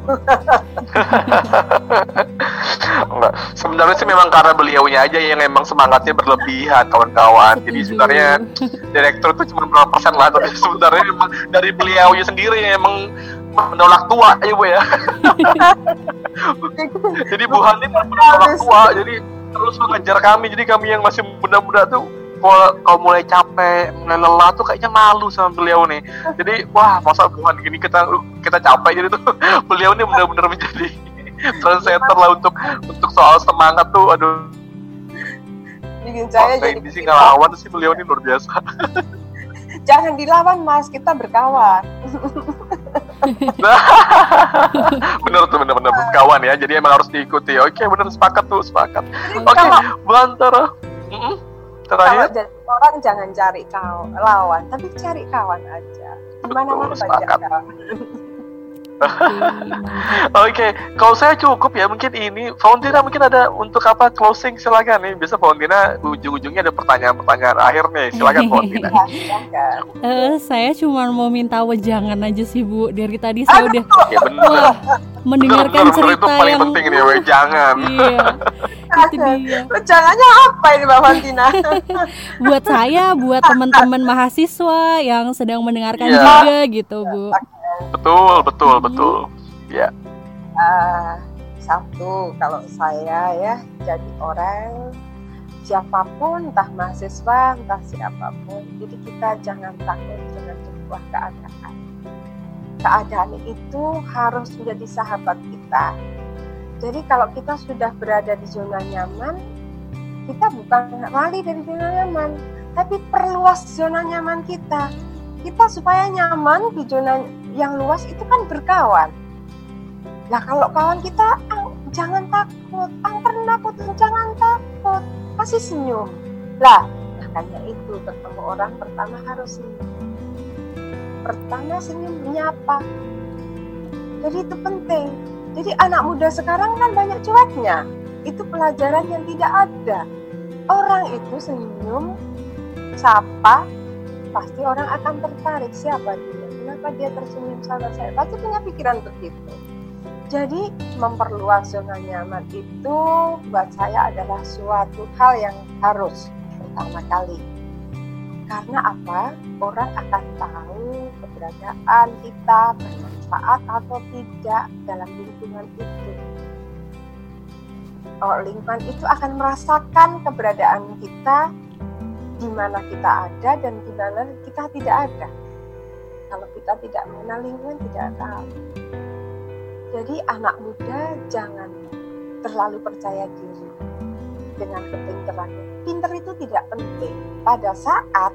Enggak, sebenarnya sih memang karena beliaunya aja yang emang semangatnya berlebihan, kawan-kawan. Jadi sebenarnya direktur itu cuma berapa persen lah, tapi sebenarnya memang dari beliaunya sendiri yang emang menolak tua ya Bu ya. Jadi Bu Hani menolak tua, jadi terus mengejar kami. Jadi kami yang masih muda-muda tuh kalau mulai capek, mulai lelah tuh kayaknya malu sama beliau nih. Jadi wah, masa Tuhan gini kita capek, jadi tuh beliau nih benar-benar menjadi translator lah untuk soal semangat tuh. Aduh, bikin saya jadi sih ngelawan sih beliau ini luar biasa. Jangan dilawan Mas, kita berkawan. bener berkawan ya, jadi emang harus diikuti. Oke, bener, sepakat. Oke, Bu Antara, terakhir, kalau orang jangan cari lawan, tapi cari kawan aja. Gimana banyak kawan. Oke, kalau saya cukup ya, mungkin ini Valentina mungkin ada untuk apa closing, silakan nih. Biasa Valentina ujung-ujungnya ada pertanyaan akhir nih, silakan Valentina. Saya cuma mau minta wejangan aja sih Bu, dari tadi saya udah mendengarkan cerita itu paling yang penting nih, wejangan. Iya, itu dia. Wejangannya apa ini Mbak Valentina? Buat saya, buat teman-teman mahasiswa yang sedang mendengarkan juga gitu Bu. Betul. Ya. Satu, kalau saya ya jadi orang siapapun, entah mahasiswa, entah siapapun, jadi kita jangan takut dengan sebuah keadaan. Keadaan itu harus menjadi sahabat kita. Jadi kalau kita sudah berada di zona nyaman, kita bukan lari dari zona nyaman, tapi perluas zona nyaman kita. Kita supaya nyaman di zona yang luas itu kan berkawan. Nah kalau kawan kita jangan takut, jangan takut, kasih senyum. Lah makanya itu ketemu orang pertama harus senyum. Pertama senyum, menyapa. Jadi itu penting. Jadi anak muda sekarang kan banyak cueknya. Itu pelajaran yang tidak ada. Orang itu senyum, sapa, pasti orang akan tertarik. Siapa dia? Kenapa dia tersenyum sama saya? Pasti punya pikiran begitu. Jadi memperluas zona nyaman itu buat saya adalah suatu hal yang harus pertama kali. Karena apa? Orang akan tahu keberadaan kita bermanfaat atau tidak dalam lingkungan itu. Lingkungan itu akan merasakan keberadaan kita, di mana kita ada dan di mana kita tidak ada. Kalau kita tidak mengenal lingkungan, tidak tahu. Jadi anak muda jangan terlalu percaya diri dengan kepintarannya. Pintar itu tidak penting pada saat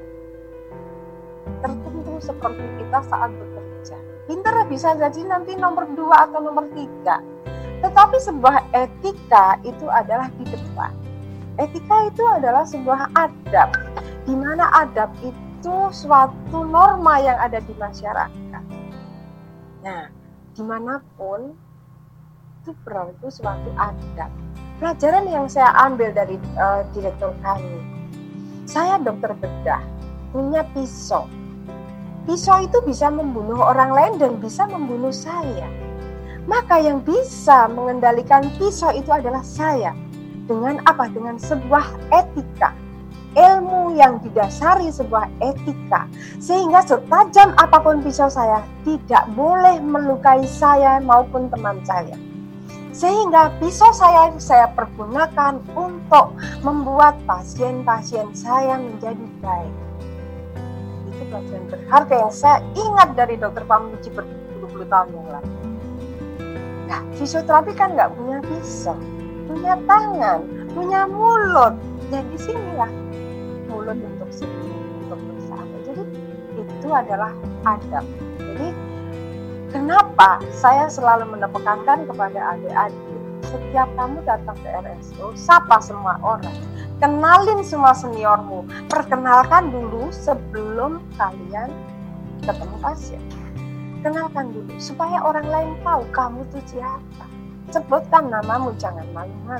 tertentu seperti kita saat bekerja. Pintar bisa jadi nanti nomor 2 atau nomor 3. Tetapi sebuah etika itu adalah di depan. Etika itu adalah sebuah adab, di mana adab itu suatu norma yang ada di masyarakat. Nah, dimanapun itu berarti suatu adab. Pelajaran yang saya ambil dari direktur kami, saya dokter bedah, punya pisau. Pisau itu bisa membunuh orang lain dan bisa membunuh saya. Maka yang bisa mengendalikan pisau itu adalah saya. Dengan apa? Dengan sebuah etika. Ilmu yang didasari sebuah etika. Sehingga setajam apapun pisau saya, tidak boleh melukai saya maupun teman saya. Sehingga pisau saya pergunakan untuk membuat pasien-pasien saya menjadi baik. Itu pelajaran berharga yang saya ingat dari Dr. Pamuji berpuluh-puluh tahun yang lalu. Nah, fisioterapi kan nggak punya pisau, punya tangan, punya mulut. Jadi sinilah mulut untuk sini, untuk bersahabat. Jadi itu adalah adab. Jadi kenapa saya selalu menekankan kepada adik-adik, setiap kamu datang ke RSU, sapa semua orang, kenalin semua seniormu, perkenalkan dulu sebelum kalian ketemu pasien. Kenalkan dulu supaya orang lain tahu kamu tuh siapa. Sebutkan namamu, jangan malu-malu.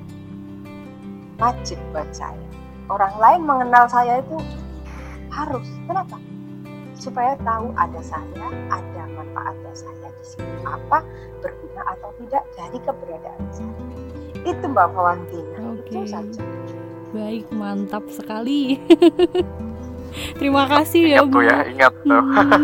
Wajib buat saya. Orang lain mengenal saya itu harus. Kenapa? Supaya tahu ada saya, ada manfaatnya saya di sini, apa berguna atau tidak dari keberadaan saya. Itu Mbak Valentina. Itu saja. Baik, mantap sekali. Terima kasih ya Bu. Ingat tuh.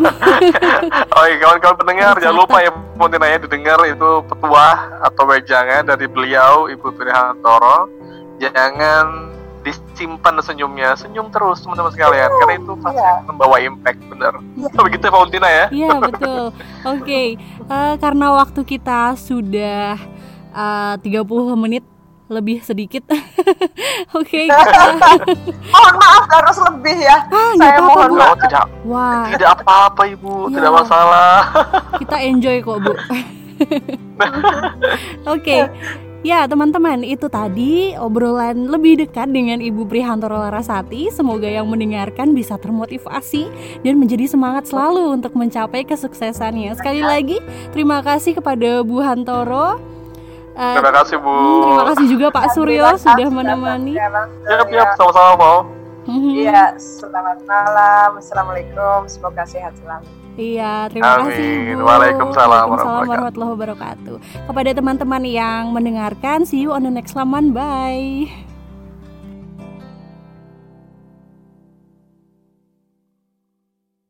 Oke, kawan-kawan pendengar, jangan lupa ya Valentina ya didengar itu petuah atau wejangan dari beliau Ibu Prihantoro. Jangan disimpan senyumnya, senyum terus teman-teman sekalian, karena itu pasti membawa impact, benar. Begitu Valentina ya? Iya betul. Oke, karena waktu kita sudah 30 menit lebih sedikit. Oke. Mohon maaf harus lebih ya. Saya apa-apa, mohon Bu. maaf. Tidak apa-apa Ibu, tidak masalah. Kita enjoy kok Bu. Oke. Ya teman-teman, itu tadi obrolan lebih dekat dengan Ibu Prihantoro Larasati. Semoga yang mendengarkan bisa termotivasi dan menjadi semangat selalu untuk mencapai kesuksesannya. Sekali lagi terima kasih kepada Bu Hantoro. Terima kasih Bu. Terima kasih juga Pak Suryo sudah menemani. Yap, sama-sama mau. Iya, selamat malam. Assalamualaikum. Semoga sehat selalu. Iya, terima kasih Bu. Waalaikumsalam warahmatullahi wabarakatuh. Kepada teman-teman yang mendengarkan, see you on the next laman. Bye.